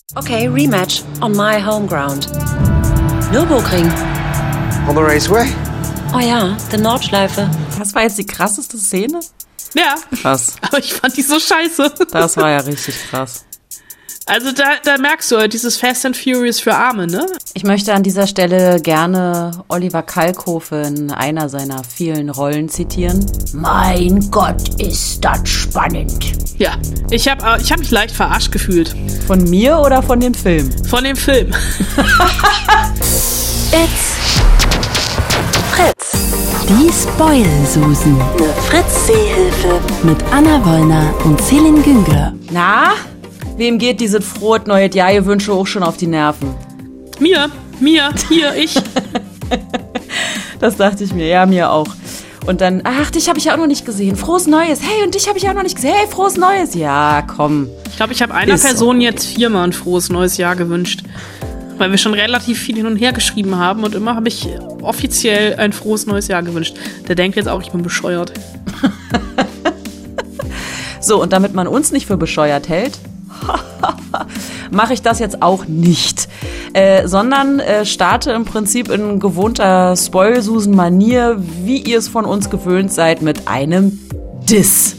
Okay, rematch on my home ground. Nürburgring. On the raceway? Oh ja, die Nordschleife. Das war jetzt die krasseste Szene? Ja. Krass. Aber ich fand die so scheiße. Das war ja richtig krass. Also da merkst du halt dieses Fast and Furious für Arme, ne? Ich möchte an dieser Stelle gerne Oliver Kalkofe in einer seiner vielen Rollen zitieren. Mein Gott, ist das spannend. Ja, ich hab mich leicht verarscht gefühlt. Von mir oder von dem Film? Von dem Film. It's Fritz. Die Spoil-Susen. Eine Fritz-Seehilfe. Mit Anna Wollner und Celine Güngler. Na, wem geht dieses frohe neue Jahr? Ihr Wünsche auch schon auf die Nerven. Mir, hier, ich. Das dachte ich mir, ja, mir auch. Und dann, ach, dich habe ich ja auch noch nicht gesehen. Frohes Neues. Hey, und dich habe ich auch noch nicht gesehen. Hey, frohes Neues. Ja, komm. Ich glaube, ich habe einer Person jetzt 4-mal ein frohes neues Jahr gewünscht. Weil wir schon relativ viel hin und her geschrieben haben und immer habe ich offiziell ein frohes neues Jahr gewünscht. Der denkt jetzt auch, ich bin bescheuert. So, und damit man uns nicht für bescheuert hält, mache ich das jetzt auch nicht. Sondern starte im Prinzip in gewohnter Spoil-Susen-Manier, wie ihr es von uns gewöhnt seid, mit einem Diss.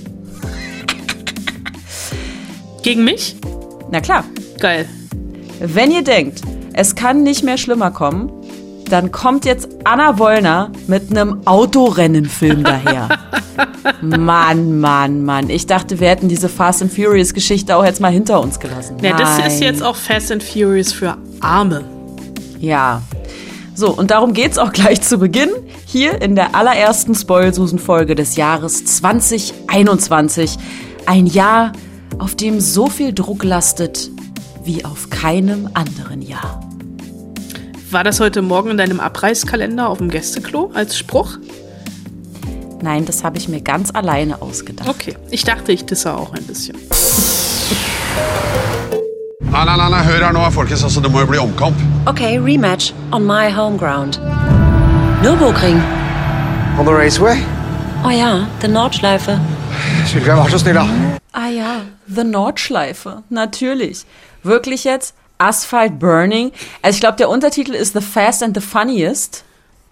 Gegen mich? Na klar. Geil. Wenn ihr denkt, es kann nicht mehr schlimmer kommen, dann kommt jetzt Anna Wollner mit einem Autorennenfilm daher. Mann. Ich dachte, wir hätten diese Fast and Furious Geschichte auch jetzt mal hinter uns gelassen. Ja, das ist jetzt auch Fast and Furious für Arme. Ja. So, und darum geht's auch gleich zu Beginn. Hier in der allerersten Spoil-Susen-Folge des Jahres 2021. Ein Jahr, auf dem so viel Druck lastet wie auf keinem anderen Jahr. War das heute Morgen in deinem Abreißkalender auf dem Gästeklo als Spruch? Nein, das habe ich mir ganz alleine ausgedacht. Okay, ich dachte, ich disse auch ein bisschen. Nei, hør her nå, folkens. Altså, det må jo bli omkamp. Okay, rematch on my home ground. Nürburgring. On the raceway? Oh ja, die Nordschleife. Sylvia, vær så snill, da. Ah ja, The Nordschleife, natürlich. Wirklich jetzt? Asphalt Burning? Also ich glaube, der Untertitel ist The Fast and the Funniest.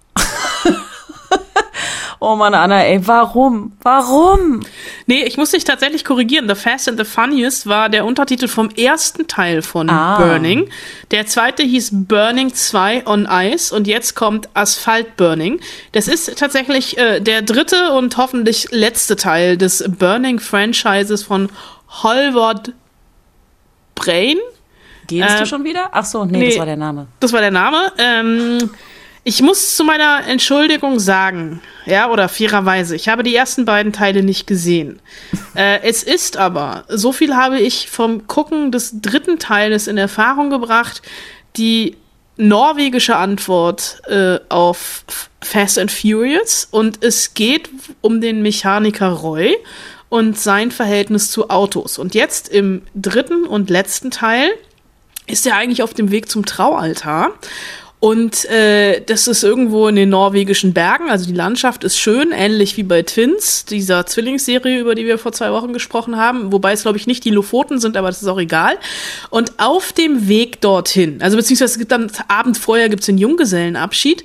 Oh Mann, Anna, ey, warum? Nee, ich muss dich tatsächlich korrigieren. The Fast and the Funniest war der Untertitel vom ersten Teil von Burning. Der zweite hieß Burning 2 on Ice und jetzt kommt Asphalt Burning. Das ist tatsächlich der dritte und hoffentlich letzte Teil des Burning-Franchises von Holward Brain. Gehst du schon wieder? Ach so, nee, das war der Name. Das war der Name. Ich muss zu meiner Entschuldigung sagen, ja, oder fairerweise, ich habe die ersten beiden Teile nicht gesehen. Es ist aber, so viel habe ich vom Gucken des dritten Teiles in Erfahrung gebracht, die norwegische Antwort auf Fast and Furious, und es geht um den Mechaniker Roy und sein Verhältnis zu Autos. Und jetzt im dritten und letzten Teil ist er eigentlich auf dem Weg zum Traualtar. Und das ist irgendwo in den norwegischen Bergen, also die Landschaft ist schön, ähnlich wie bei Twins, dieser Zwillingsserie, über die wir vor 2 Wochen gesprochen haben, wobei es, glaube ich, nicht die Lofoten sind, aber das ist auch egal. Und auf dem Weg dorthin, also beziehungsweise es gibt am Abend vorher gibt's den Junggesellenabschied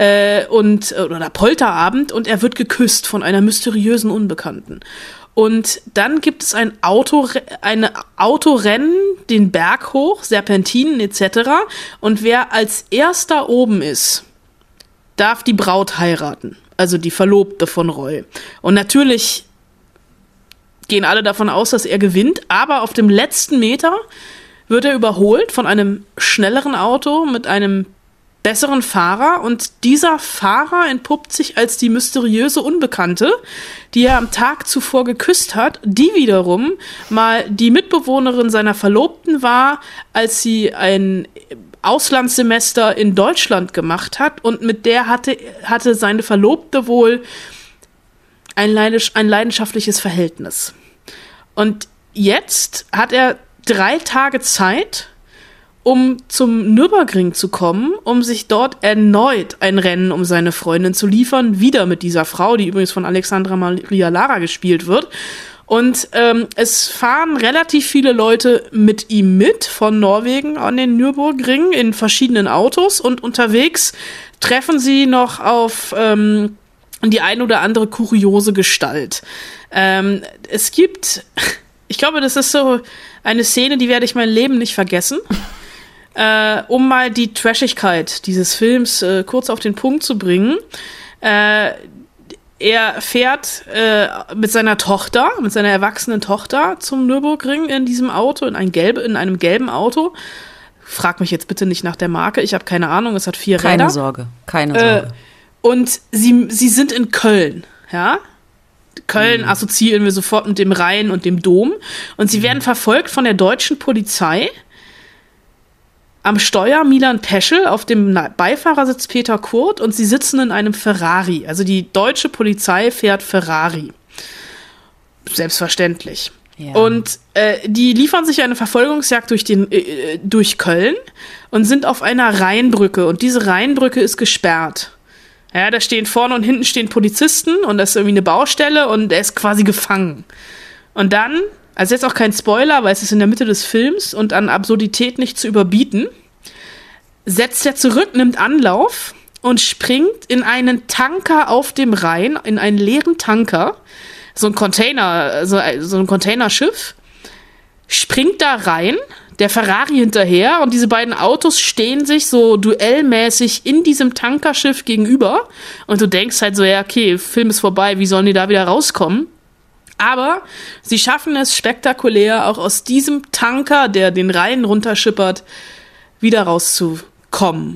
oder Polterabend, und er wird geküsst von einer mysteriösen Unbekannten. Und dann gibt es ein Autorennen, den Berg hoch, Serpentinen etc. Und wer als erster oben ist, darf die Braut heiraten. Also die Verlobte von Roy. Und natürlich gehen alle davon aus, dass er gewinnt. Aber auf dem letzten Meter wird er überholt von einem schnelleren Auto mit einem besseren Fahrer, und dieser Fahrer entpuppt sich als die mysteriöse Unbekannte, die er am Tag zuvor geküsst hat, die wiederum mal die Mitbewohnerin seiner Verlobten war, als sie ein Auslandssemester in Deutschland gemacht hat, und mit der hatte seine Verlobte wohl ein leidenschaftliches Verhältnis. Und jetzt hat er 3 Tage Zeit, um zum Nürburgring zu kommen, um sich dort erneut ein Rennen um seine Freundin zu liefern, wieder mit dieser Frau, die übrigens von Alexandra Maria Lara gespielt wird. Und es fahren relativ viele Leute mit ihm mit von Norwegen an den Nürburgring in verschiedenen Autos und unterwegs treffen sie noch auf die ein oder andere kuriose Gestalt. Es gibt, ich glaube, das ist so eine Szene, die werde ich mein Leben nicht vergessen. Um mal die Trashigkeit dieses Films kurz auf den Punkt zu bringen. Er fährt mit seiner Tochter, mit seiner erwachsenen Tochter zum Nürburgring in diesem Auto, in einem gelben Auto. Frag mich jetzt bitte nicht nach der Marke, ich habe keine Ahnung, es hat 4 Räder. Keine Sorge. Und sie sind in Köln, ja? Köln assoziieren wir sofort mit dem Rhein und dem Dom. Und sie werden verfolgt von der deutschen Polizei. Am Steuer Milan Peschel, auf dem Beifahrersitz Peter Kurt und sie sitzen in einem Ferrari. Also die deutsche Polizei fährt Ferrari. Selbstverständlich. Ja. Und die liefern sich eine Verfolgungsjagd durch Köln und sind auf einer Rheinbrücke. Und diese Rheinbrücke ist gesperrt. Ja, da stehen vorne und hinten stehen Polizisten und das ist irgendwie eine Baustelle und er ist quasi gefangen. Und dann, also jetzt auch kein Spoiler, weil es ist in der Mitte des Films und an Absurdität nicht zu überbieten, setzt er zurück, nimmt Anlauf und springt in einen Tanker auf dem Rhein, in einen leeren Tanker, so ein Container, so ein Containerschiff, springt da rein, der Ferrari hinterher und diese beiden Autos stehen sich so duellmäßig in diesem Tankerschiff gegenüber und du denkst halt so, ja okay, Film ist vorbei, wie sollen die da wieder rauskommen? Aber sie schaffen es spektakulär, auch aus diesem Tanker, der den Rhein runterschippert, wieder rauszukommen.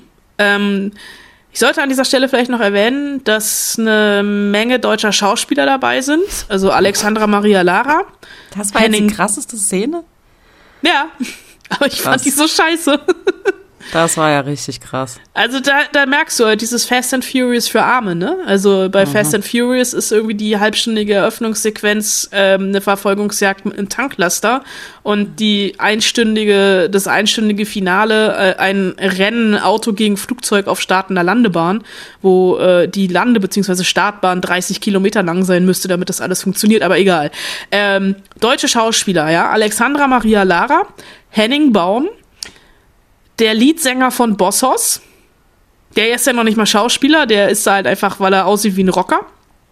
Ich sollte an dieser Stelle vielleicht noch erwähnen, dass eine Menge deutscher Schauspieler dabei sind. Also Alexandra Maria Lara. Das war jetzt die krasseste Szene? Ja, aber ich fand die so scheiße. Das war ja richtig krass. Also da merkst du halt dieses Fast and Furious für Arme, ne? Also bei Fast and Furious ist irgendwie die halbstündige Eröffnungssequenz eine Verfolgungsjagd mit einem Tanklaster und das einstündige Finale ein Rennen Auto gegen Flugzeug auf startender Landebahn, wo die Lande- bzw. Startbahn 30 Kilometer lang sein müsste, damit das alles funktioniert, aber egal. Deutsche Schauspieler, ja? Alexandra Maria Lara, Henning Baum, der Leadsänger von Bossos, der ist ja noch nicht mal Schauspieler, der ist da halt einfach, weil er aussieht wie ein Rocker.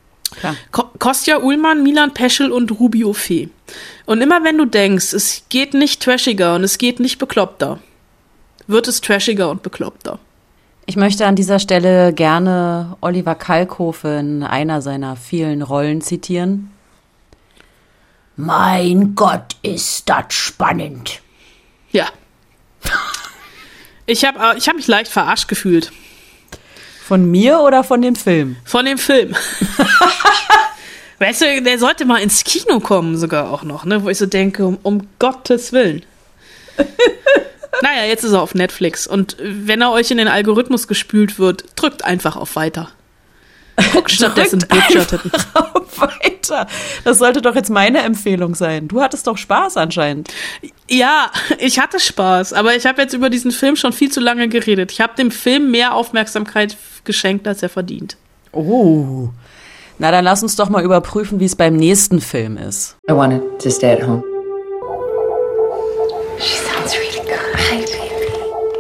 Kostja Ullmann, Milan Peschel und Rubio Fee. Und immer wenn du denkst, es geht nicht trashiger und es geht nicht bekloppter, wird es trashiger und bekloppter. Ich möchte an dieser Stelle gerne Oliver Kalkofe in einer seiner vielen Rollen zitieren. Mein Gott, ist das spannend. Ja. Ich hab mich leicht verarscht gefühlt. Von mir oder von dem Film? Von dem Film. Weißt du, der sollte mal ins Kino kommen sogar auch noch, ne? Wo ich so denke, um Gottes Willen. Naja, jetzt ist er auf Netflix. Und wenn er euch in den Algorithmus gespült wird, drückt einfach auf Weiter. Guckt stattdessen Bridgerton. Auf Weiter. Das sollte doch jetzt meine Empfehlung sein. Du hattest doch Spaß anscheinend. Ja, ich hatte Spaß, aber ich habe jetzt über diesen Film schon viel zu lange geredet. Ich habe dem Film mehr Aufmerksamkeit geschenkt, als er verdient. Oh. Na, dann lass uns doch mal überprüfen, wie es beim nächsten Film ist. I wanted to stay at home. She sounds really good. Hi, baby.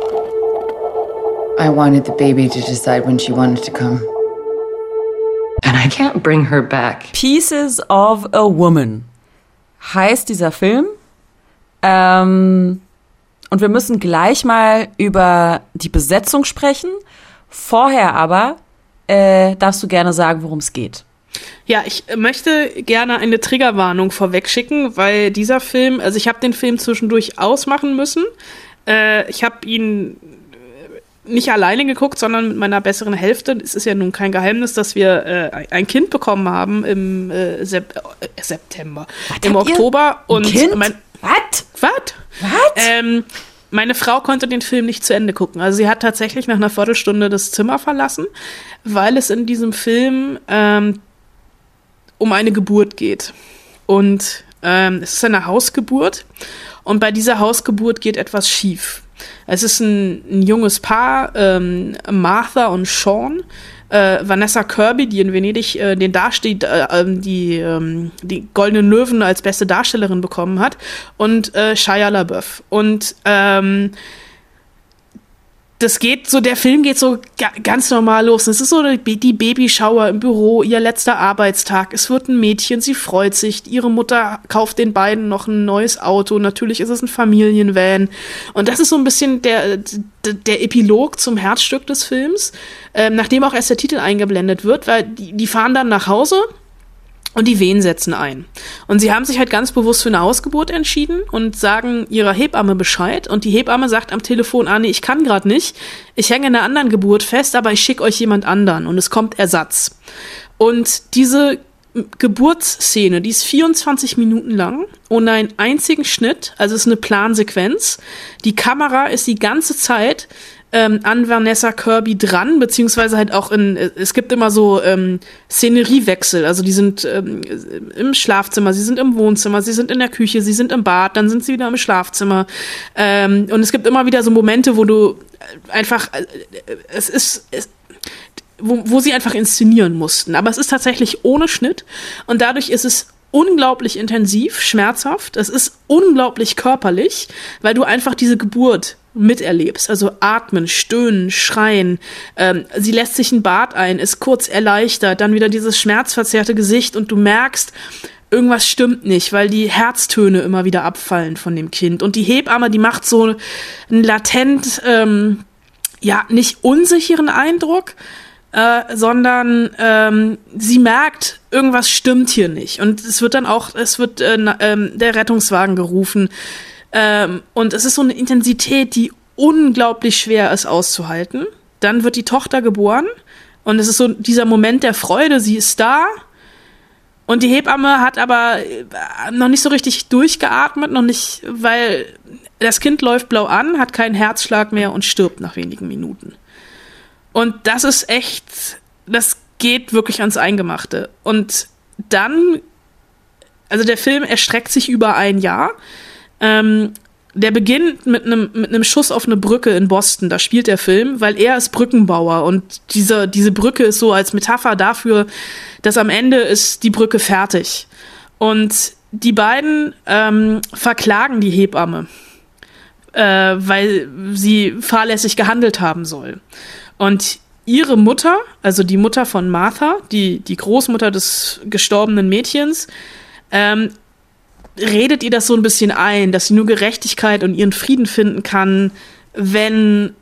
I wanted the baby to decide when she wanted to come. And I can't bring her back. Pieces of a Woman heißt dieser Film. Und wir müssen gleich mal über die Besetzung sprechen. Vorher aber darfst du gerne sagen, worum es geht. Ja, ich möchte gerne eine Triggerwarnung vorweg schicken, weil dieser Film, also ich habe den Film zwischendurch ausmachen müssen. Ich habe ihn nicht alleine geguckt, sondern mit meiner besseren Hälfte. Es ist ja nun kein Geheimnis, dass wir ein Kind bekommen haben im September. Im Oktober. Und Kind? Was? Meine Frau konnte den Film nicht zu Ende gucken. Also sie hat tatsächlich nach einer Viertelstunde das Zimmer verlassen, weil es in diesem Film um eine Geburt geht. Und es ist eine Hausgeburt. Und bei dieser Hausgeburt geht etwas schief. Es ist ein junges Paar, Martha und Sean. Vanessa Kirby, die in Venedig die Goldenen Löwen als beste Darstellerin bekommen hat, und Shia LaBeouf. Und der Film geht so ganz normal los. Es ist so die Babyshower im Büro, ihr letzter Arbeitstag. Es wird ein Mädchen, sie freut sich. Ihre Mutter kauft den beiden noch ein neues Auto. Natürlich ist es ein Familienvan. Und das ist so ein bisschen der Epilog zum Herzstück des Films, nachdem auch erst der Titel eingeblendet wird, weil die fahren dann nach Hause und die Wehen setzen ein. Und sie haben sich halt ganz bewusst für eine Ausgeburt entschieden und sagen ihrer Hebamme Bescheid. Und die Hebamme sagt am Telefon, nee, ich kann gerade nicht. Ich hänge in einer anderen Geburt fest, aber ich schicke euch jemand anderen. Und es kommt Ersatz. Und diese Geburtsszene, die ist 24 Minuten lang, ohne einen einzigen Schnitt. Also es ist eine Plansequenz. Die Kamera ist die ganze Zeit an Vanessa Kirby dran, beziehungsweise halt auch es gibt immer so Szeneriewechsel, also die sind im Schlafzimmer, sie sind im Wohnzimmer, sie sind in der Küche, sie sind im Bad, dann sind sie wieder im Schlafzimmer, und es gibt immer wieder so Momente, wo du einfach, wo sie einfach inszenieren mussten, aber es ist tatsächlich ohne Schnitt und dadurch ist es unglaublich intensiv, schmerzhaft, es ist unglaublich körperlich, weil du einfach diese Geburt miterlebst, also atmen, stöhnen, schreien, sie lässt sich ein Bad ein, ist kurz erleichtert, dann wieder dieses schmerzverzerrte Gesicht und du merkst, irgendwas stimmt nicht, weil die Herztöne immer wieder abfallen von dem Kind und die Hebamme, die macht so einen latent, nicht unsicheren Eindruck, sondern sie merkt, irgendwas stimmt hier nicht und es wird der Rettungswagen gerufen. Und es ist so eine Intensität, die unglaublich schwer ist auszuhalten. Dann wird die Tochter geboren und es ist so dieser Moment der Freude, sie ist da und die Hebamme hat aber noch nicht so richtig durchgeatmet, noch nicht, weil das Kind läuft blau an, hat keinen Herzschlag mehr und stirbt nach wenigen Minuten. Und das ist echt, das geht wirklich ans Eingemachte. Und dann, also der Film erstreckt sich über ein Jahr. Der beginnt mit einem Schuss auf eine Brücke in Boston, da spielt der Film, weil er ist Brückenbauer und diese Brücke ist so als Metapher dafür, dass am Ende ist die Brücke fertig. Und die beiden verklagen die Hebamme, weil sie fahrlässig gehandelt haben soll. Und ihre Mutter, also die Mutter von Martha, die Großmutter des gestorbenen Mädchens, redet ihr das so ein bisschen ein, dass sie nur Gerechtigkeit und ihren Frieden finden kann, wenn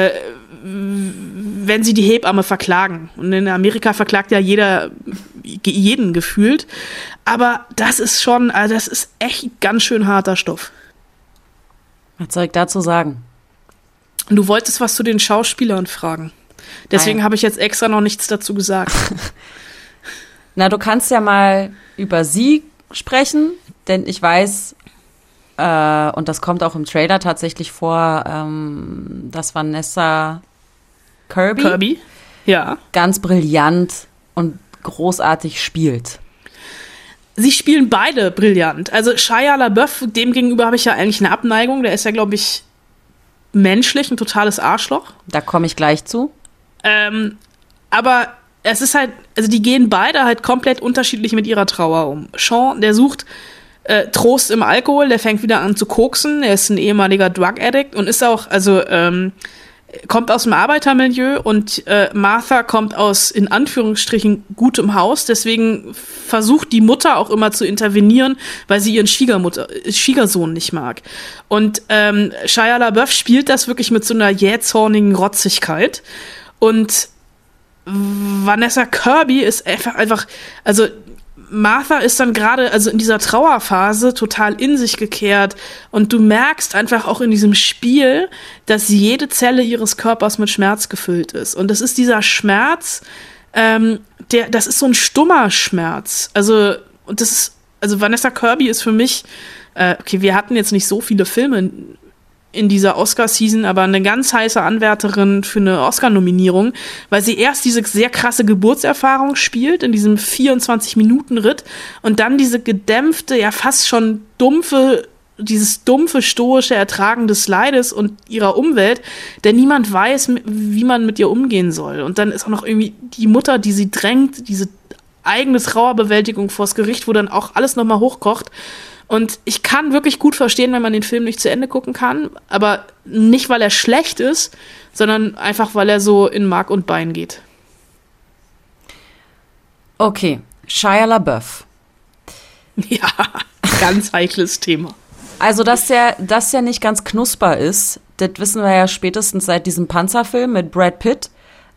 sie die Hebamme verklagen. Und in Amerika verklagt ja jeden gefühlt. Aber das ist echt ganz schön harter Stoff. Was soll ich dazu sagen? Und du wolltest was zu den Schauspielern fragen. Deswegen habe ich jetzt extra noch nichts dazu gesagt. Na, du kannst ja mal über sie sprechen, denn ich weiß, und das kommt auch im Trailer tatsächlich vor, dass Vanessa Kirby ja, ganz brillant und großartig spielt. Sie spielen beide brillant. Also Shia LaBeouf, dem gegenüber habe ich ja eigentlich eine Abneigung. Der ist ja, glaube ich, menschlich ein totales Arschloch. Da komme ich gleich zu. Aber es ist halt, also die gehen beide halt komplett unterschiedlich mit ihrer Trauer um. Sean, der sucht Trost im Alkohol, der fängt wieder an zu koksen, er ist ein ehemaliger Drug Addict und ist auch, kommt aus dem Arbeitermilieu und Martha kommt aus, in Anführungsstrichen, gutem Haus, deswegen versucht die Mutter auch immer zu intervenieren, weil sie ihren Schwiegersohn nicht mag. Und Shia LaBeouf spielt das wirklich mit so einer jähzornigen Rotzigkeit und Vanessa Kirby ist einfach, also Martha ist dann gerade, also in dieser Trauerphase total in sich gekehrt und du merkst einfach auch in diesem Spiel, dass jede Zelle ihres Körpers mit Schmerz gefüllt ist. Und das ist dieser Schmerz, das ist so ein stummer Schmerz. Also Vanessa Kirby ist für mich, okay, wir hatten jetzt nicht so viele Filme in dieser Oscar-Season, aber eine ganz heiße Anwärterin für eine Oscar-Nominierung, weil sie erst diese sehr krasse Geburtserfahrung spielt, in diesem 24-Minuten-Ritt und dann diese gedämpfte, ja fast schon dumpfe dieses dumpfe, stoische Ertragen des Leides und ihrer Umwelt, denn niemand weiß, wie man mit ihr umgehen soll. Und dann ist auch noch irgendwie die Mutter, die sie drängt, diese eigene Trauerbewältigung vors Gericht, wo dann auch alles nochmal hochkocht. Und ich kann wirklich gut verstehen, wenn man den Film nicht zu Ende gucken kann, aber nicht, weil er schlecht ist, sondern einfach, weil er so in Mark und Bein geht. Okay, Shia LaBeouf. Ja, ganz heikles Thema. Also, dass der nicht ganz knusper ist, das wissen wir ja spätestens seit diesem Panzerfilm mit Brad Pitt,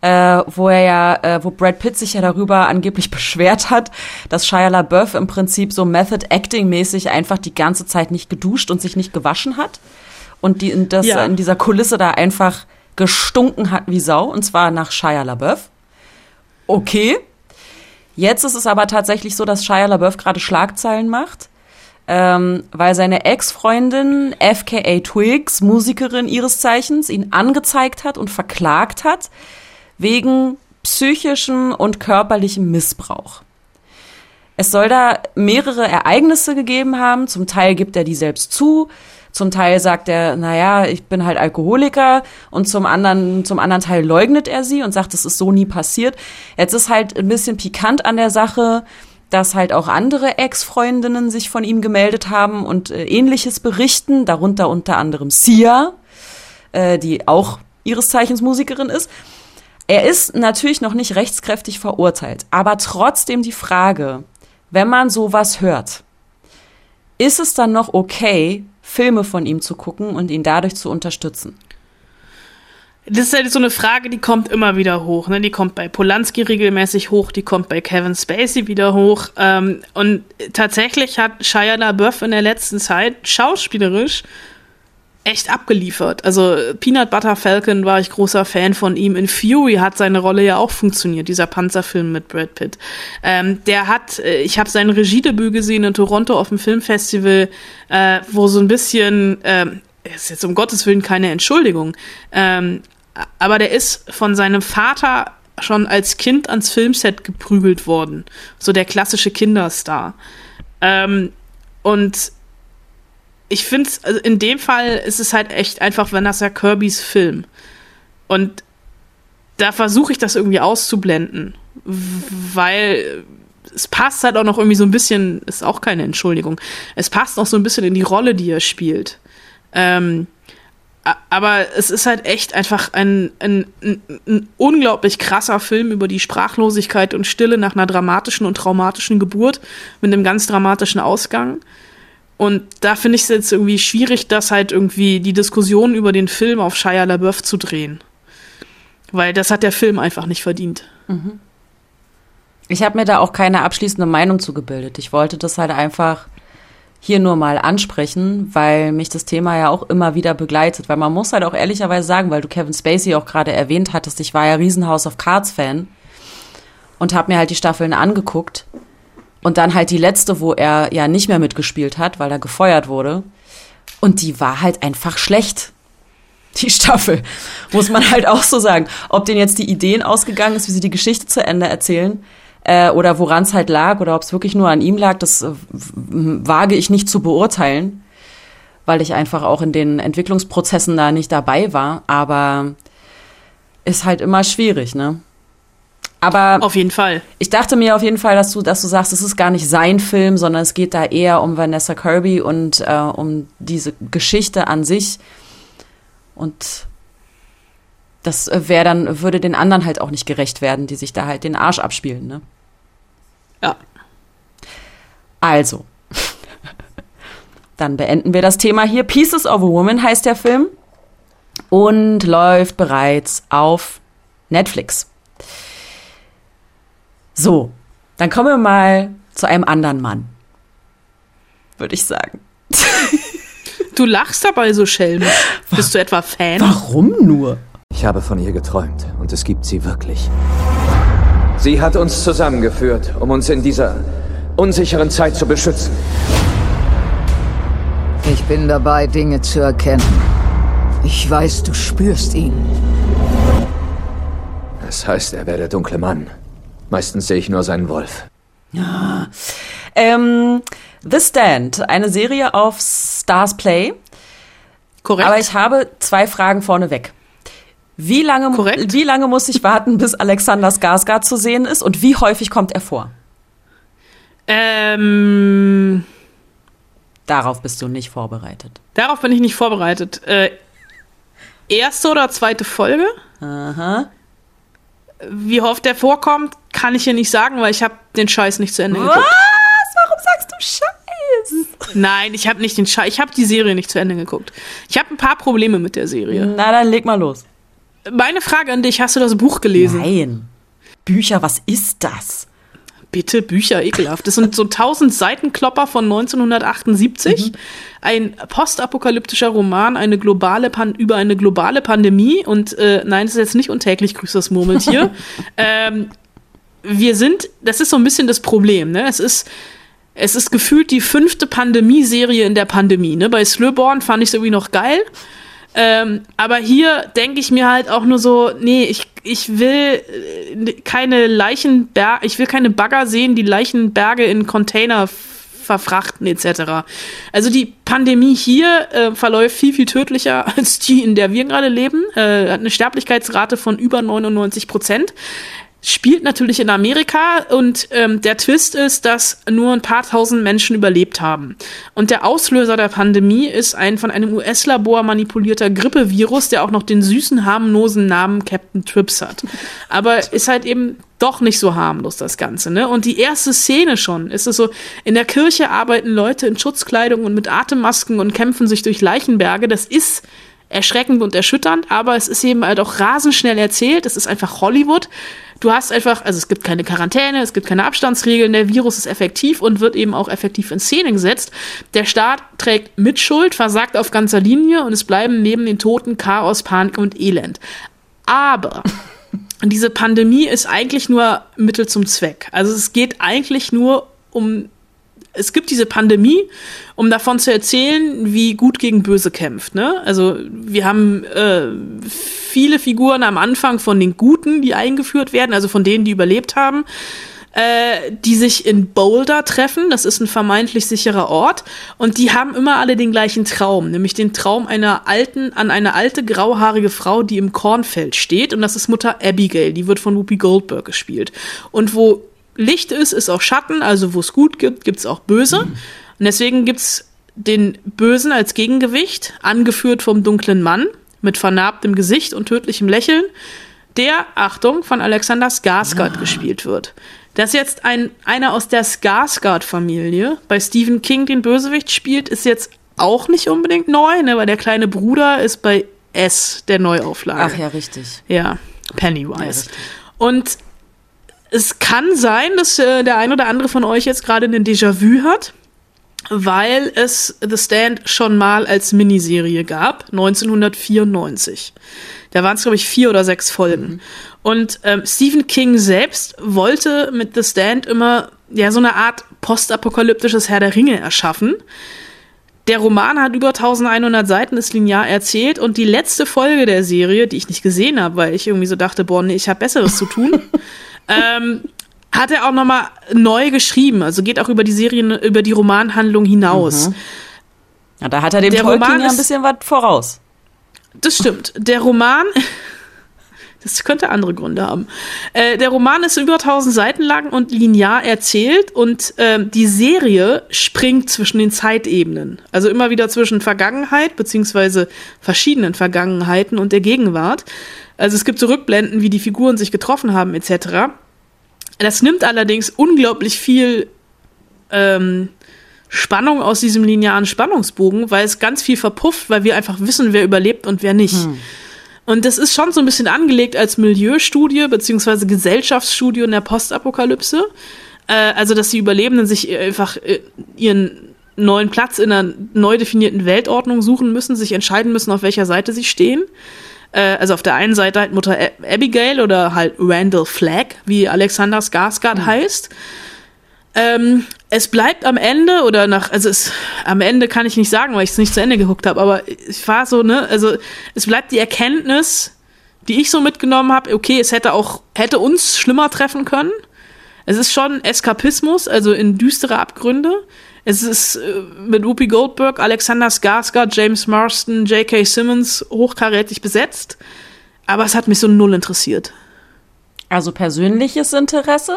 wo Brad Pitt sich ja darüber angeblich beschwert hat, dass Shia LaBeouf im Prinzip so Method-Acting-mäßig einfach die ganze Zeit nicht geduscht und sich nicht gewaschen hat und in dieser Kulisse da einfach gestunken hat wie Sau, und zwar nach Shia LaBeouf. Okay. Jetzt ist es aber tatsächlich so, dass Shia LaBeouf gerade Schlagzeilen macht, weil seine Ex-Freundin FKA Twigs, Musikerin ihres Zeichens, ihn angezeigt hat und verklagt hat wegen psychischem und körperlichem Missbrauch. Es soll da mehrere Ereignisse gegeben haben. Zum Teil gibt er die selbst zu, zum Teil sagt er, naja, ich bin halt Alkoholiker, und zum anderen Teil leugnet er sie und sagt, es ist so nie passiert. Jetzt ist halt ein bisschen pikant an der Sache, dass halt auch andere Ex-Freundinnen sich von ihm gemeldet haben und Ähnliches berichten, darunter unter anderem Sia, die auch ihres Zeichens Musikerin ist. Er ist natürlich noch nicht rechtskräftig verurteilt, aber trotzdem die Frage, wenn man sowas hört, ist es dann noch okay, Filme von ihm zu gucken und ihn dadurch zu unterstützen? Das ist halt so eine Frage, die kommt immer wieder hoch. Ne? Die kommt bei Polanski regelmäßig hoch, die kommt bei Kevin Spacey wieder hoch. Und tatsächlich hat Shia LaBeouf in der letzten Zeit schauspielerisch echt abgeliefert. Also Peanut Butter Falcon war ich großer Fan von ihm. In Fury hat seine Rolle ja auch funktioniert, dieser Panzerfilm mit Brad Pitt. Ich habe sein Regiedebüt gesehen in Toronto auf dem Filmfestival, wo so ein bisschen, ist jetzt um Gottes Willen keine Entschuldigung, aber der ist von seinem Vater schon als Kind ans Filmset geprügelt worden. So der klassische Kinderstar. Und ich finde, also in dem Fall ist es halt echt einfach Vanessa Kirbys Film. Und da versuche ich das irgendwie auszublenden, weil es passt halt auch noch irgendwie so ein bisschen, ist auch keine Entschuldigung, es passt noch so ein bisschen in die Rolle, die er spielt. Aber es ist halt echt einfach ein unglaublich krasser Film über die Sprachlosigkeit und Stille nach einer dramatischen und traumatischen Geburt mit einem ganz dramatischen Ausgang. Und da finde ich es jetzt irgendwie schwierig, das halt irgendwie die Diskussion über den Film auf Shia LaBeouf zu drehen. Weil das hat der Film einfach nicht verdient. Mhm. Ich habe mir da auch keine abschließende Meinung zu gebildet. Ich wollte das halt einfach hier nur mal ansprechen, weil mich das Thema ja auch immer wieder begleitet. Weil man muss halt auch ehrlicherweise sagen, weil du Kevin Spacey auch gerade erwähnt hattest, ich war ja riesen House of Cards Fan und habe mir halt die Staffeln angeguckt. Und dann halt die letzte, wo er ja nicht mehr mitgespielt hat, weil er gefeuert wurde. Und die war halt einfach schlecht. Die Staffel, muss man halt auch so sagen. Ob denen jetzt die Ideen ausgegangen ist, wie sie die Geschichte zu Ende erzählen, oder woran es halt lag, oder ob es wirklich nur an ihm lag, das wage ich nicht zu beurteilen, weil ich einfach auch in den Entwicklungsprozessen da nicht dabei war. Aber ist halt immer schwierig, ne? Aber auf jeden Fall. Ich dachte mir auf jeden Fall, dass du sagst, es ist gar nicht sein Film, sondern es geht da eher um Vanessa Kirby und um diese Geschichte an sich. Und das würde den anderen halt auch nicht gerecht werden, die sich da halt den Arsch abspielen, ne? Ja. Also, dann beenden wir das Thema hier. Pieces of a Woman heißt der Film und läuft bereits auf Netflix. So, dann kommen wir mal zu einem anderen Mann, würde ich sagen. Du lachst dabei so schelmisch. Bist du etwa Fan? Warum nur? Ich habe von ihr geträumt und es gibt sie wirklich. Sie hat uns zusammengeführt, um uns in dieser unsicheren Zeit zu beschützen. Ich bin dabei, Dinge zu erkennen. Ich weiß, du spürst ihn. Das heißt, er wäre der dunkle Mann. Meistens sehe ich nur seinen Wolf. Ja. The Stand, eine Serie auf Stars Play. Korrekt. Aber ich habe 2 Fragen vorneweg. Wie lange muss ich warten, bis Alexander Skarsgård zu sehen ist und wie häufig kommt er vor? Darauf bist du nicht vorbereitet. Darauf bin ich nicht vorbereitet. Erste oder zweite Folge? Aha. Wie oft der vorkommt, kann ich hier nicht sagen, weil ich habe den Scheiß nicht zu Ende geguckt. Warum sagst du Scheiß? Nein, ich habe nicht den Scheiß. Ich habe die Serie nicht zu Ende geguckt. Ich habe ein paar Probleme mit der Serie. Na, dann leg mal los. Meine Frage an dich, hast du das Buch gelesen? Nein. Bücher, was ist das? Bitte, Bücher, ekelhaft. Das sind so 1000 Seitenklopper von 1978. Ein postapokalyptischer Roman, über eine globale Pandemie. Und nein, das ist jetzt nicht untäglich, grüßt das Murmeltier. Das ist so ein bisschen das Problem, ne? Es ist gefühlt die 5. Pandemie-Serie in der Pandemie, ne? Bei Slöborn fand ich es irgendwie noch geil. Aber hier denke ich mir halt auch nur so, nee, ich will keine ich will keine Bagger sehen, die Leichenberge in Container verfrachten etc. Also die Pandemie hier verläuft viel, viel tödlicher als die, in der wir gerade leben. Hat eine Sterblichkeitsrate von über 99%. Spielt natürlich in Amerika und der Twist ist, dass nur ein paar tausend Menschen überlebt haben. Und der Auslöser der Pandemie ist ein von einem US-Labor manipulierter Grippevirus, der auch noch den süßen, harmlosen Namen Captain Trips hat. Aber ist halt eben doch nicht so harmlos, das Ganze, ne? Und die erste Szene schon, ist es so, in der Kirche arbeiten Leute in Schutzkleidung und mit Atemmasken und kämpfen sich durch Leichenberge. Das ist erschreckend und erschütternd, aber es ist eben halt auch rasend schnell erzählt. Es ist einfach Hollywood. Du hast einfach, also es gibt keine Quarantäne, es gibt keine Abstandsregeln, der Virus ist effektiv und wird eben auch effektiv in Szene gesetzt. Der Staat trägt Mitschuld, versagt auf ganzer Linie und es bleiben neben den Toten Chaos, Panik und Elend. Aber diese Pandemie ist eigentlich nur Mittel zum Zweck. Also es geht eigentlich nur es gibt diese Pandemie, um davon zu erzählen, wie gut gegen Böse kämpft, ne? Also wir haben viele Figuren am Anfang von den Guten, die eingeführt werden, also von denen, die überlebt haben, die sich in Boulder treffen. Das ist ein vermeintlich sicherer Ort. Und die haben immer alle den gleichen Traum, nämlich den Traum an eine alte, grauhaarige Frau, die im Kornfeld steht. Und das ist Mutter Abigail, die wird von Whoopi Goldberg gespielt. Und wo Licht ist auch Schatten, also wo es gut gibt, gibt's auch Böse. Und deswegen gibt's den Bösen als Gegengewicht, angeführt vom dunklen Mann mit vernarbtem Gesicht und tödlichem Lächeln, der, Achtung, von Alexander Skarsgård gespielt wird. Dass jetzt einer aus der Skarsgård-Familie bei Stephen King den Bösewicht spielt, ist jetzt auch nicht unbedingt neu, ne, weil der kleine Bruder ist bei S, der Neuauflage. Ach ja, richtig. Ja, Pennywise. Ja, richtig. Und es kann sein, dass der ein oder andere von euch jetzt gerade einen Déjà-vu hat, weil es The Stand schon mal als Miniserie gab, 1994. Da waren es, glaube ich, 4 oder 6 Folgen. Und Stephen King selbst wollte mit The Stand immer so eine Art postapokalyptisches Herr der Ringe erschaffen. Der Roman hat über 1100 Seiten, ist linear erzählt und die letzte Folge der Serie, die ich nicht gesehen habe, weil ich irgendwie so dachte, boah, nee, ich habe Besseres zu tun, hat er auch nochmal neu geschrieben. Also geht auch über die Romanhandlung hinaus. Ja, da hat er dem Tolkien ja ein bisschen was voraus. Das stimmt. Der Roman, das könnte andere Gründe haben. Der Roman ist über 1000 Seiten lang und linear erzählt und die Serie springt zwischen den Zeitebenen. Also immer wieder zwischen Vergangenheit beziehungsweise verschiedenen Vergangenheiten und der Gegenwart. Also es gibt so Rückblenden, wie die Figuren sich getroffen haben etc. Das nimmt allerdings unglaublich viel Spannung aus diesem linearen Spannungsbogen, weil es ganz viel verpufft, weil wir einfach wissen, wer überlebt und wer nicht. Und das ist schon so ein bisschen angelegt als Milieustudie beziehungsweise Gesellschaftsstudie in der Postapokalypse. Also, dass die Überlebenden sich einfach ihren neuen Platz in einer neu definierten Weltordnung suchen müssen, sich entscheiden müssen, auf welcher Seite sie stehen. Also auf der einen Seite halt Mutter Abigail oder halt Randall Flagg, wie Alexander Skarsgård heißt. Es bleibt am Ende am Ende kann ich nicht sagen, weil ich es nicht zu Ende geguckt habe, aber ich war so, ne, also es bleibt die Erkenntnis, die ich so mitgenommen habe, okay, es hätte uns schlimmer treffen können. Es ist schon Eskapismus, also in düstere Abgründe. Es ist mit Whoopi Goldberg, Alexander Skarsgård, James Marsden, J.K. Simmons hochkarätig besetzt. Aber es hat mich so null interessiert. Also persönliches Interesse?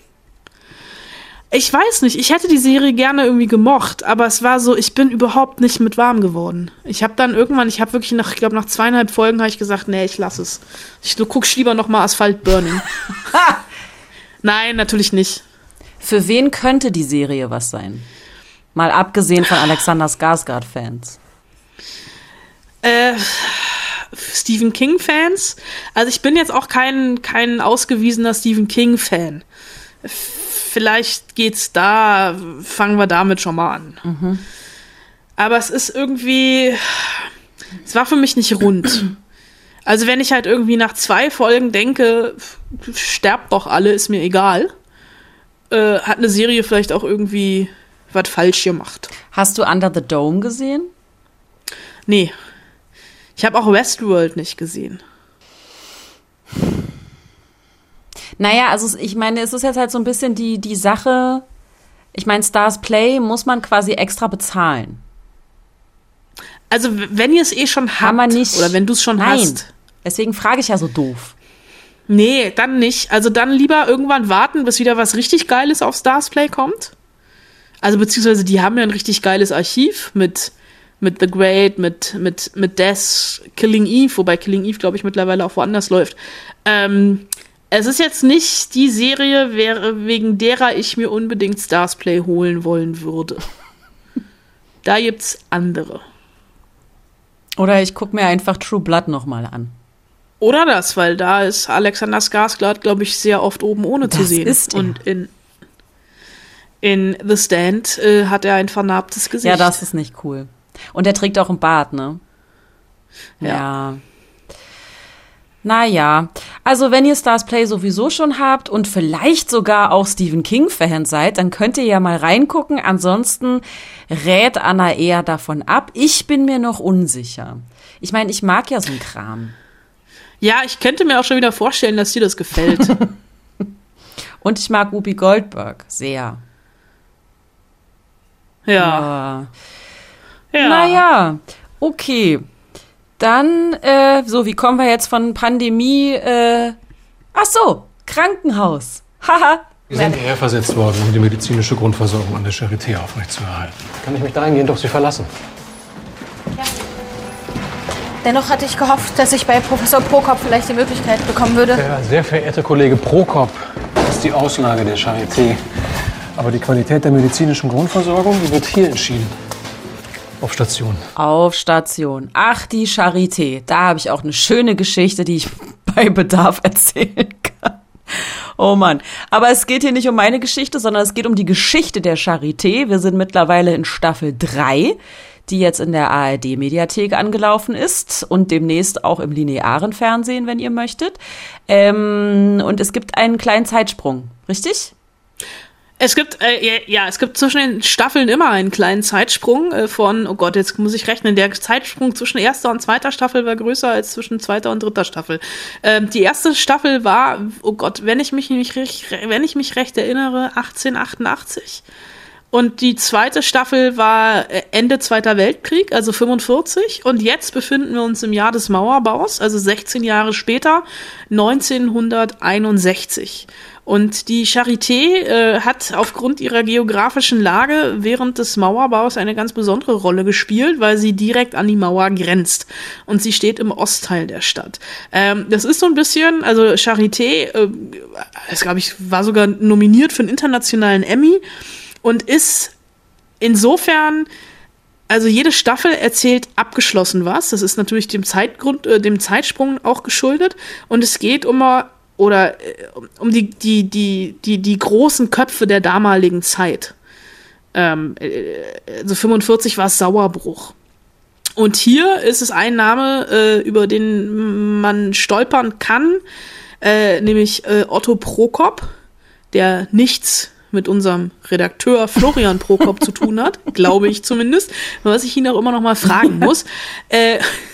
Ich weiß nicht, ich hätte die Serie gerne irgendwie gemocht, aber es war so, ich bin überhaupt nicht mit warm geworden. Ich habe dann irgendwann, ich habe wirklich nach 2,5 Folgen habe ich gesagt, nee, ich lass es. Du guckst lieber noch mal Asphalt Burning. Nein, natürlich nicht. Für wen könnte die Serie was sein? Mal abgesehen von Alexander Skarsgård-Fans. Stephen King-Fans? Also ich bin jetzt auch kein ausgewiesener Stephen King-Fan. Vielleicht geht's da, fangen wir damit schon mal an. Mhm. Aber es ist irgendwie, es war für mich nicht rund. Also wenn ich halt irgendwie nach 2 Folgen denke, sterbt doch alle, ist mir egal, hat eine Serie vielleicht auch irgendwie was falsch gemacht. Hast du Under the Dome gesehen? Nee. Ich habe auch Westworld nicht gesehen. Naja, also ich meine, es ist jetzt halt so ein bisschen die Sache, ich meine, Stars Play muss man quasi extra bezahlen. Also wenn ihr es schon habt, oder wenn du es schon hast. Deswegen frage ich ja so doof. Nee, dann nicht. Also dann lieber irgendwann warten, bis wieder was richtig Geiles auf Stars Play kommt. Also beziehungsweise die haben ja ein richtig geiles Archiv mit The Great, mit Death, Killing Eve, wobei Killing Eve, glaube ich, mittlerweile auch woanders läuft. Es ist jetzt nicht die Serie, wegen derer ich mir unbedingt Stars Play holen wollen würde. Da gibt's andere. Oder ich gucke mir einfach True Blood nochmal an. Oder das, weil da ist Alexander Skarsgård, glaube ich, sehr oft oben ohne zu sehen. Ist er. Und in The Stand hat er ein vernarbtes Gesicht. Ja, das ist nicht cool. Und er trägt auch einen Bart, ne? Ja. Naja, also wenn ihr Stars Play sowieso schon habt und vielleicht sogar auch Stephen King-Fan seid, dann könnt ihr ja mal reingucken. Ansonsten rät Anna eher davon ab. Ich bin mir noch unsicher. Ich meine, ich mag ja so einen Kram. Ja, ich könnte mir auch schon wieder vorstellen, dass dir das gefällt. Und ich mag Whoopi Goldberg sehr. Ja. Naja, okay. Dann, wie kommen wir jetzt von Pandemie, Krankenhaus. Haha. Sie sind hierher versetzt worden, um die medizinische Grundversorgung an der Charité aufrechtzuerhalten. Kann ich mich dahingehend auf Sie verlassen? Ja. Dennoch hatte ich gehofft, dass ich bei Professor Prokop vielleicht die Möglichkeit bekommen würde. Der sehr verehrte Kollege Prokop ist die Auslage der Charité. Aber die Qualität der medizinischen Grundversorgung, die wird hier entschieden. Auf Station. Auf Station. Ach, die Charité. Da habe ich auch eine schöne Geschichte, die ich bei Bedarf erzählen kann. Oh Mann. Aber es geht hier nicht um meine Geschichte, sondern es geht um die Geschichte der Charité. Wir sind mittlerweile in Staffel 3, die jetzt in der ARD-Mediathek angelaufen ist und demnächst auch im linearen Fernsehen, wenn ihr möchtet. Und es gibt einen kleinen Zeitsprung, richtig? Es gibt zwischen den Staffeln immer einen kleinen Zeitsprung von, oh Gott, jetzt muss ich rechnen, der Zeitsprung zwischen erster und zweiter Staffel war größer als zwischen zweiter und dritter Staffel. Die erste Staffel war, oh Gott, wenn ich mich recht erinnere, 1888. Und die zweite Staffel war Ende Zweiter Weltkrieg, also 45. Und jetzt befinden wir uns im Jahr des Mauerbaus, also 16 Jahre später, 1961. Und die Charité hat aufgrund ihrer geografischen Lage während des Mauerbaus eine ganz besondere Rolle gespielt, weil sie direkt an die Mauer grenzt. Und sie steht im Ostteil der Stadt. Das ist so ein bisschen, also Charité, das glaube ich, war sogar nominiert für einen internationalen Emmy und ist insofern, also jede Staffel erzählt abgeschlossen was. Das ist natürlich dem Zeitsprung auch geschuldet. Und es geht um die großen Köpfe der damaligen Zeit. Also 45 war es Sauerbruch. Und hier ist es ein Name, über den man stolpern kann, nämlich Otto Prokop, der nichts mit unserem Redakteur Florian Prokop zu tun hat, glaube ich zumindest, was ich ihn auch immer noch mal fragen muss.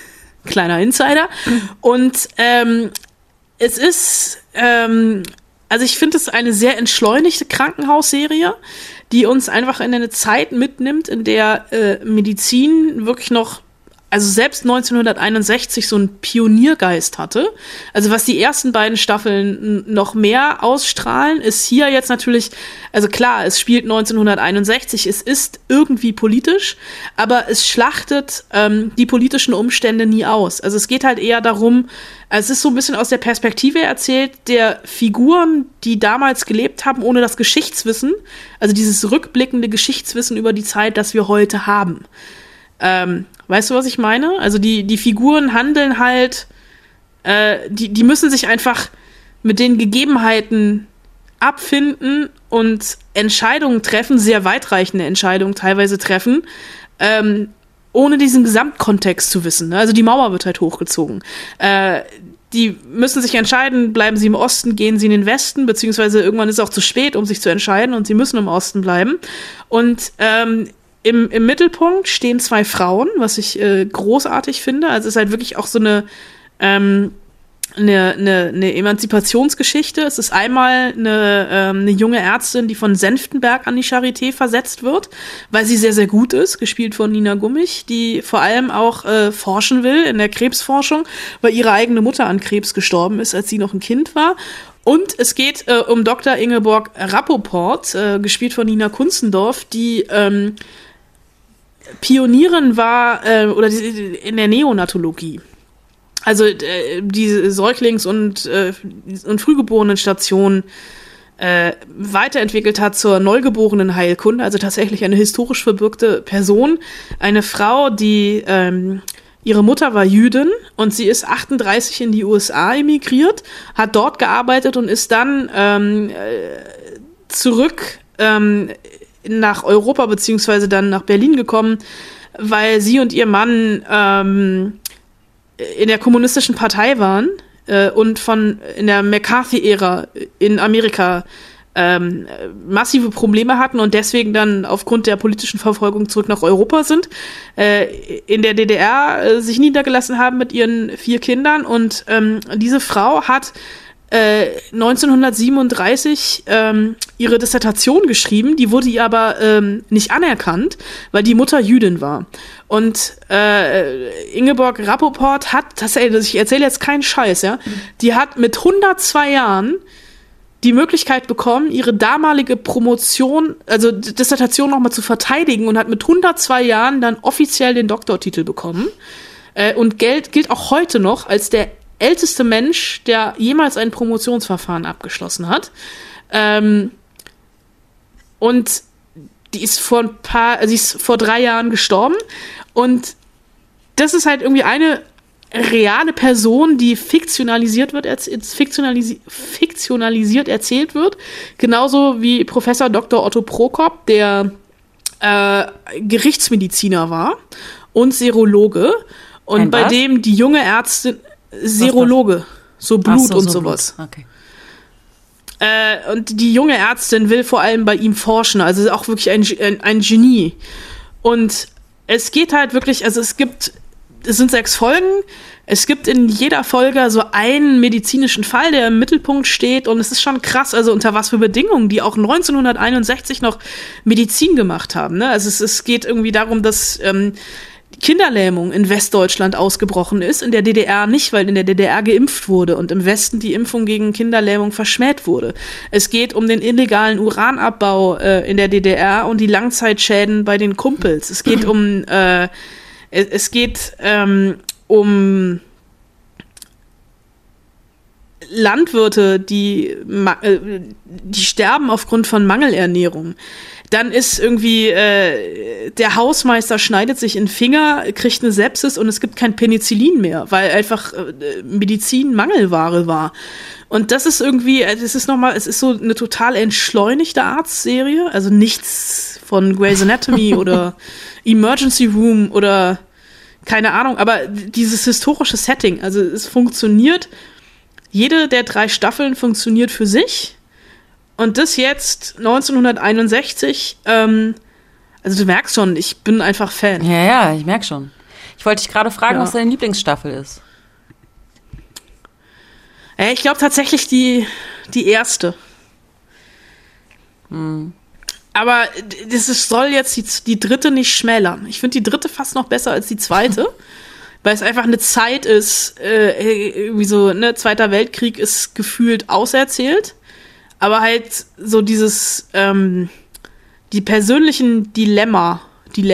Kleiner Insider. Und es ist, Also ich finde es eine sehr entschleunigte Krankenhausserie, die uns einfach in eine Zeit mitnimmt, in der Medizin wirklich noch, also selbst 1961 so einen Pioniergeist hatte. Also was die ersten beiden Staffeln noch mehr ausstrahlen, ist hier jetzt natürlich, also klar, es spielt 1961, es ist irgendwie politisch, aber es schlachtet die politischen Umstände nie aus. Also es geht halt eher darum, es ist so ein bisschen aus der Perspektive erzählt, der Figuren, die damals gelebt haben, ohne das Geschichtswissen, also dieses rückblickende Geschichtswissen über die Zeit, das wir heute haben. Weißt du, was ich meine? Also die Figuren handeln halt, die müssen sich einfach mit den Gegebenheiten abfinden und Entscheidungen treffen, sehr weitreichende Entscheidungen teilweise treffen, ohne diesen Gesamtkontext zu wissen. Also die Mauer wird halt hochgezogen. Die müssen sich entscheiden, bleiben sie im Osten, gehen sie in den Westen, beziehungsweise irgendwann ist es auch zu spät, um sich zu entscheiden und sie müssen im Osten bleiben. Und im Mittelpunkt stehen zwei Frauen, was ich großartig finde. Also es ist halt wirklich auch so eine Emanzipationsgeschichte. Es ist einmal eine junge Ärztin, die von Senftenberg an die Charité versetzt wird, weil sie sehr, sehr gut ist, gespielt von Nina Gummich, die vor allem auch forschen will in der Krebsforschung, weil ihre eigene Mutter an Krebs gestorben ist, als sie noch ein Kind war. Und es geht um Dr. Ingeborg Rappoport, gespielt von Nina Kunzendorf, die Pionierin war oder in der Neonatologie. Also die Säuglings- und Frühgeborenen-Station weiterentwickelt hat zur Neugeborenen-Heilkunde, also tatsächlich eine historisch verbürgte Person. Eine Frau, die ihre Mutter war Jüdin und sie ist 38 in die USA emigriert, hat dort gearbeitet und ist dann zurück nach Europa beziehungsweise dann nach Berlin gekommen, weil sie und ihr Mann in der kommunistischen Partei waren und in der McCarthy-Ära in Amerika massive Probleme hatten und deswegen dann aufgrund der politischen Verfolgung zurück nach Europa sind, in der DDR sich niedergelassen haben mit ihren 4 Kindern und diese Frau hat 1937 ihre Dissertation geschrieben, die wurde ihr aber nicht anerkannt, weil die Mutter Jüdin war. Und Ingeborg Rappoport hat, ich erzähle jetzt keinen Scheiß, ja, die hat mit 102 Jahren die Möglichkeit bekommen, ihre damalige Promotion, also Dissertation nochmal zu verteidigen und hat mit 102 Jahren dann offiziell den Doktortitel bekommen und gilt auch heute noch als der älteste Mensch, der jemals ein Promotionsverfahren abgeschlossen hat. Und die ist vor 3 Jahren gestorben. Und das ist halt irgendwie eine reale Person, die fiktionalisiert erzählt wird. Genauso wie Professor Dr. Otto Prokop, der Gerichtsmediziner war und Serologe. Und bei dem die junge Ärztin Serologe, so Blut und sowas. Blut. Okay. Und die junge Ärztin will vor allem bei ihm forschen, also auch wirklich ein Genie. Und es geht halt wirklich, also es sind 6 Folgen, es gibt in jeder Folge so einen medizinischen Fall, der im Mittelpunkt steht und es ist schon krass, also unter was für Bedingungen die auch 1961 noch Medizin gemacht haben, ne? Also es geht irgendwie darum, dass Kinderlähmung in Westdeutschland ausgebrochen ist, in der DDR nicht, weil in der DDR geimpft wurde und im Westen die Impfung gegen Kinderlähmung verschmäht wurde. Es geht um den illegalen Uranabbau in der DDR und die Langzeitschäden bei den Kumpels. Es geht um Landwirte, die sterben aufgrund von Mangelernährung. Dann ist irgendwie der Hausmeister schneidet sich in den Finger, kriegt eine Sepsis und es gibt kein Penicillin mehr, weil einfach Medizin Mangelware war. Und das ist irgendwie, es ist so eine total entschleunigte Arztserie, also nichts von Grey's Anatomy oder Emergency Room oder keine Ahnung, aber dieses historische Setting, also es funktioniert, jede der 3 Staffeln funktioniert für sich. Und das jetzt 1961, also du merkst schon, ich bin einfach Fan. Ja, ich merk schon. Ich wollte dich gerade fragen, was deine Lieblingsstaffel ist. Ich glaube tatsächlich die erste. Aber soll jetzt die dritte nicht schmälern. Ich finde die dritte fast noch besser als die zweite, weil es einfach eine Zeit ist, irgendwie so, ne, Zweiter Weltkrieg ist gefühlt auserzählt, aber so dieses, die persönlichen Dilemmatas,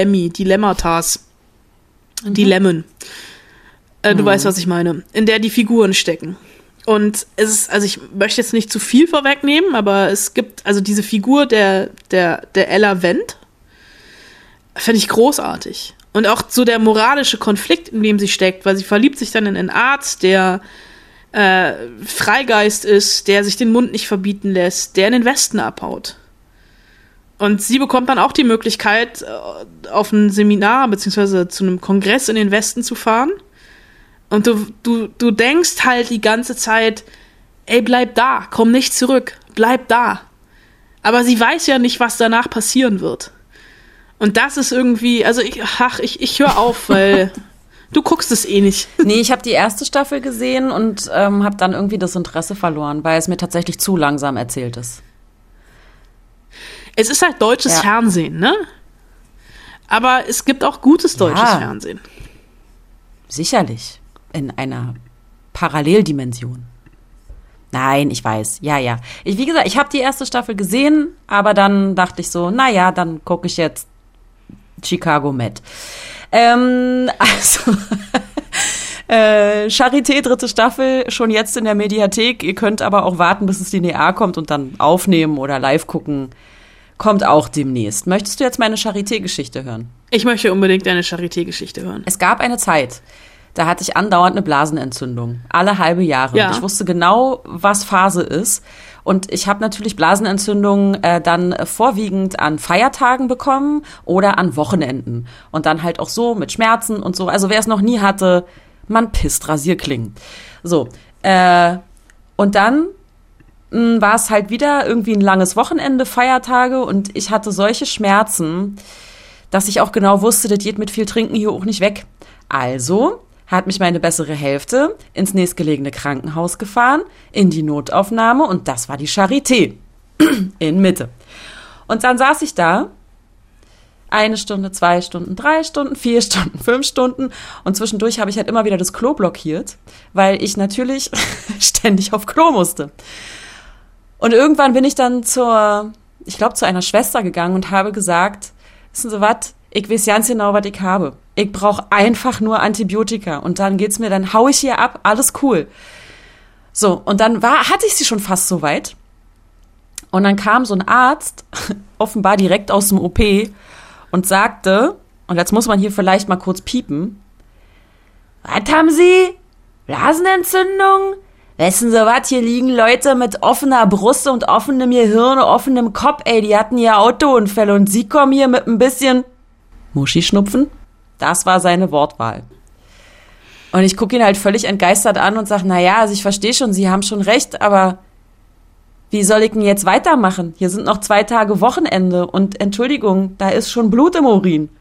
Dilemmen, du weißt, was ich meine, in der die Figuren stecken. Und es ist, also ich möchte jetzt nicht zu viel vorwegnehmen, aber es gibt, also diese Figur der Ella Wendt, finde ich großartig. Und auch so der moralische Konflikt, in dem sie steckt, weil sie verliebt sich dann in einen Arzt, der Freigeist ist, der sich den Mund nicht verbieten lässt, der in den Westen abhaut. Und sie bekommt dann auch die Möglichkeit, auf ein Seminar beziehungsweise zu einem Kongress in den Westen zu fahren. Und du denkst halt die ganze Zeit, ey, bleib da, komm nicht zurück, bleib da. Aber sie weiß ja nicht, was danach passieren wird. Und das ist irgendwie, also ich höre auf, weil du guckst es eh nicht. Nee, ich habe die erste Staffel gesehen und habe dann irgendwie das Interesse verloren, weil es mir tatsächlich zu langsam erzählt ist. Es ist halt deutsches Fernsehen, ne? Aber es gibt auch gutes deutsches Fernsehen. Sicherlich. In einer Paralleldimension. Nein, ich weiß. Ja. Wie gesagt, ich habe die erste Staffel gesehen, aber dann dachte ich so, naja, dann gucke ich jetzt Chicago Med. Charité, 3. Staffel, schon jetzt in der Mediathek. Ihr könnt aber auch warten, bis es linear kommt und dann aufnehmen oder live gucken. Kommt auch demnächst. Möchtest du jetzt meine Charité-Geschichte hören? Ich möchte unbedingt eine Charité-Geschichte hören. Es gab eine Zeit, da hatte ich andauernd eine Blasenentzündung. Alle halbe Jahre. Ja. Und ich wusste genau, was Phase ist. Und ich habe natürlich Blasenentzündungen dann vorwiegend an Feiertagen bekommen oder an Wochenenden. Und dann halt auch so mit Schmerzen und so. Also wer es noch nie hatte, man pisst Rasierklingen. So. Und dann war es halt wieder irgendwie ein langes Wochenende, Feiertage. Und ich hatte solche Schmerzen, dass ich auch genau wusste, das geht mit viel Trinken hier auch nicht weg. Also hat mich meine bessere Hälfte ins nächstgelegene Krankenhaus gefahren, in die Notaufnahme, und das war die Charité in Mitte. Und dann saß ich da, 1 Stunde, 2 Stunden, 3 Stunden, 4 Stunden, 5 Stunden, und zwischendurch habe ich halt immer wieder das Klo blockiert, weil ich natürlich ständig auf Klo musste. Und irgendwann bin ich dann zu einer Schwester gegangen und habe gesagt, wissen Sie was, ich weiß ganz genau, was ich habe. Ich brauche einfach nur Antibiotika und dann dann hau ich hier ab, alles cool. So, und dann hatte ich sie schon fast so weit. Und dann kam so ein Arzt, offenbar direkt aus dem OP, und sagte, und jetzt muss man hier vielleicht mal kurz piepen, was haben Sie? Blasenentzündung? Wissen Sie was, hier liegen Leute mit offener Brust und offenem Gehirn, offenem Kopf, ey, die hatten hier Autounfälle und Sie kommen hier mit ein bisschen Muschi-Schnupfen? Das war seine Wortwahl. Und ich gucke ihn halt völlig entgeistert an und sage, naja, also ich verstehe schon, Sie haben schon recht, aber wie soll ich denn jetzt weitermachen? Hier sind noch 2 Tage Wochenende und Entschuldigung, da ist schon Blut im Urin.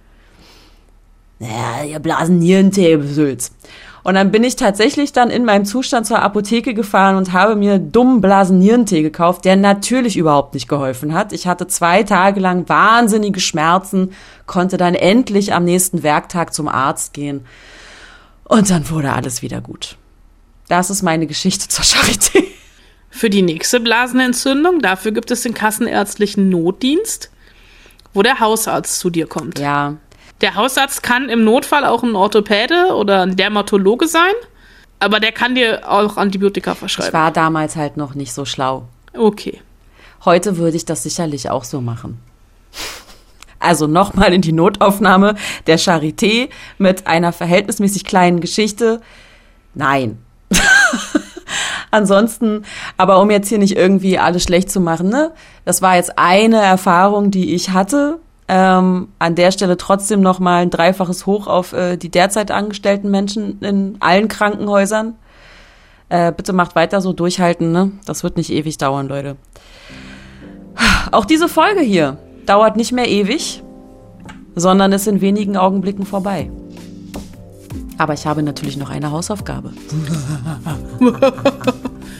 Naja, ihr Blasennierentee, Sülz. Und dann bin ich tatsächlich dann in meinem Zustand zur Apotheke gefahren und habe mir dummen Blasennierentee gekauft, der natürlich überhaupt nicht geholfen hat. Ich hatte 2 Tage lang wahnsinnige Schmerzen, konnte dann endlich am nächsten Werktag zum Arzt gehen. Und dann wurde alles wieder gut. Das ist meine Geschichte zur Charité. Für die nächste Blasenentzündung, dafür gibt es den kassenärztlichen Notdienst, wo der Hausarzt zu dir kommt. Ja. Der Hausarzt kann im Notfall auch ein Orthopäde oder ein Dermatologe sein, aber der kann dir auch Antibiotika verschreiben. Ich war damals halt noch nicht so schlau. Okay. Heute würde ich das sicherlich auch so machen. Also nochmal in die Notaufnahme der Charité mit einer verhältnismäßig kleinen Geschichte. Nein. Ansonsten, aber um jetzt hier nicht irgendwie alles schlecht zu machen, ne? Das war jetzt eine Erfahrung, die ich hatte. An der Stelle trotzdem nochmal ein 3-faches Hoch auf die derzeit angestellten Menschen in allen Krankenhäusern. Bitte macht weiter so, durchhalten, ne? Das wird nicht ewig dauern, Leute. Auch diese Folge hier dauert nicht mehr ewig, sondern ist in wenigen Augenblicken vorbei. Aber ich habe natürlich noch eine Hausaufgabe.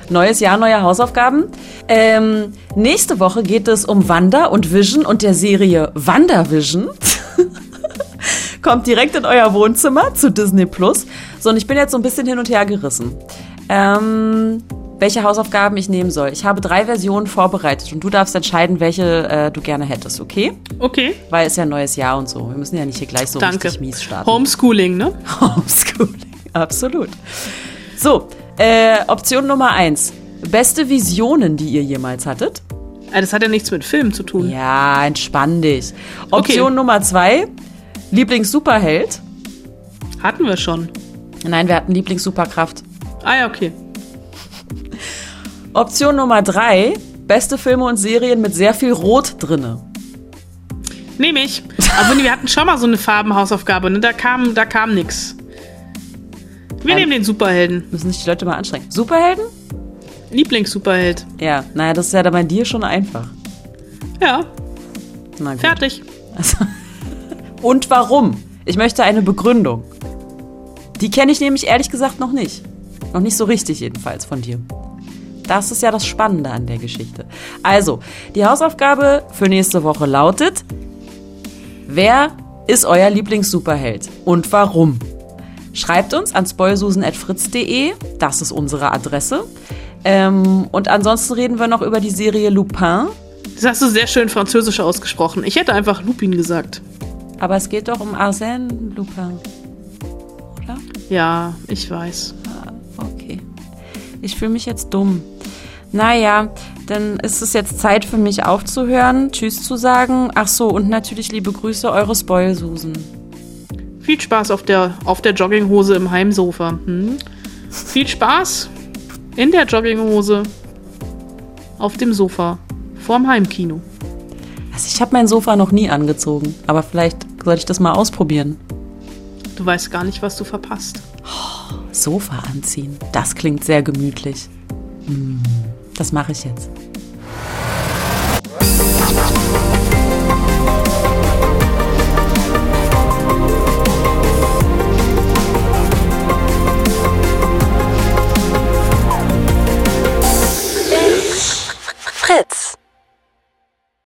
Neues Jahr, neue Hausaufgaben. Nächste Woche geht es um Wanda und Vision und der Serie WandaVision. Kommt direkt in euer Wohnzimmer zu Disney+. So, und ich bin jetzt so ein bisschen hin und her gerissen. Welche Hausaufgaben ich nehmen soll. Ich habe 3 Versionen vorbereitet und du darfst entscheiden, welche du gerne hättest, okay? Okay. Weil es ja ein neues Jahr und so. Wir müssen ja nicht hier gleich so richtig mies starten. Homeschooling, ne? Homeschooling, absolut. So, Option Nummer 1. Beste Visionen, die ihr jemals hattet? Das hat ja nichts mit Filmen zu tun. Ja, entspann dich. Option Nummer 2. Lieblings-Superheld? Hatten wir schon. Nein, wir hatten Lieblings-Superkraft. Ah ja, okay. Option Nummer 3. Beste Filme und Serien mit sehr viel Rot drinne. Nehme ich. Aber wir hatten schon mal so eine Farbenhausaufgabe, ne? Da kam nix. Wir nehmen den Superhelden. Müssen sich die Leute mal anstrengen. Superhelden? Lieblings-Superheld. Ja, naja, das ist ja da bei dir schon einfach. Ja. Na gut. Fertig. Also. Und warum? Ich möchte eine Begründung. Die kenne ich nämlich ehrlich gesagt noch nicht. Noch nicht so richtig jedenfalls von dir. Das ist ja das Spannende an der Geschichte. Also, die Hausaufgabe für nächste Woche lautet: Wer ist euer Lieblings-Superheld und warum? Schreibt uns an spoilsusen@fritz.de, das ist unsere Adresse. Und ansonsten reden wir noch über die Serie Lupin. Das hast du sehr schön französisch ausgesprochen. Ich hätte einfach Lupin gesagt. Aber es geht doch um Arsène Lupin, oder? Ja, ich weiß. Okay. Ich fühle mich jetzt dumm. Naja, dann ist es jetzt Zeit für mich aufzuhören, Tschüss zu sagen. Ach so, und natürlich liebe Grüße, eure Spoilsusen. Viel Spaß auf der Jogginghose im Heimsofa. Viel Spaß in der Jogginghose auf dem Sofa vorm Heimkino. Also ich habe mein Sofa noch nie angezogen, aber vielleicht sollte ich das mal ausprobieren. Du weißt gar nicht, was du verpasst. Oh, Sofa anziehen, das klingt sehr gemütlich. Das mache ich jetzt. Fritz.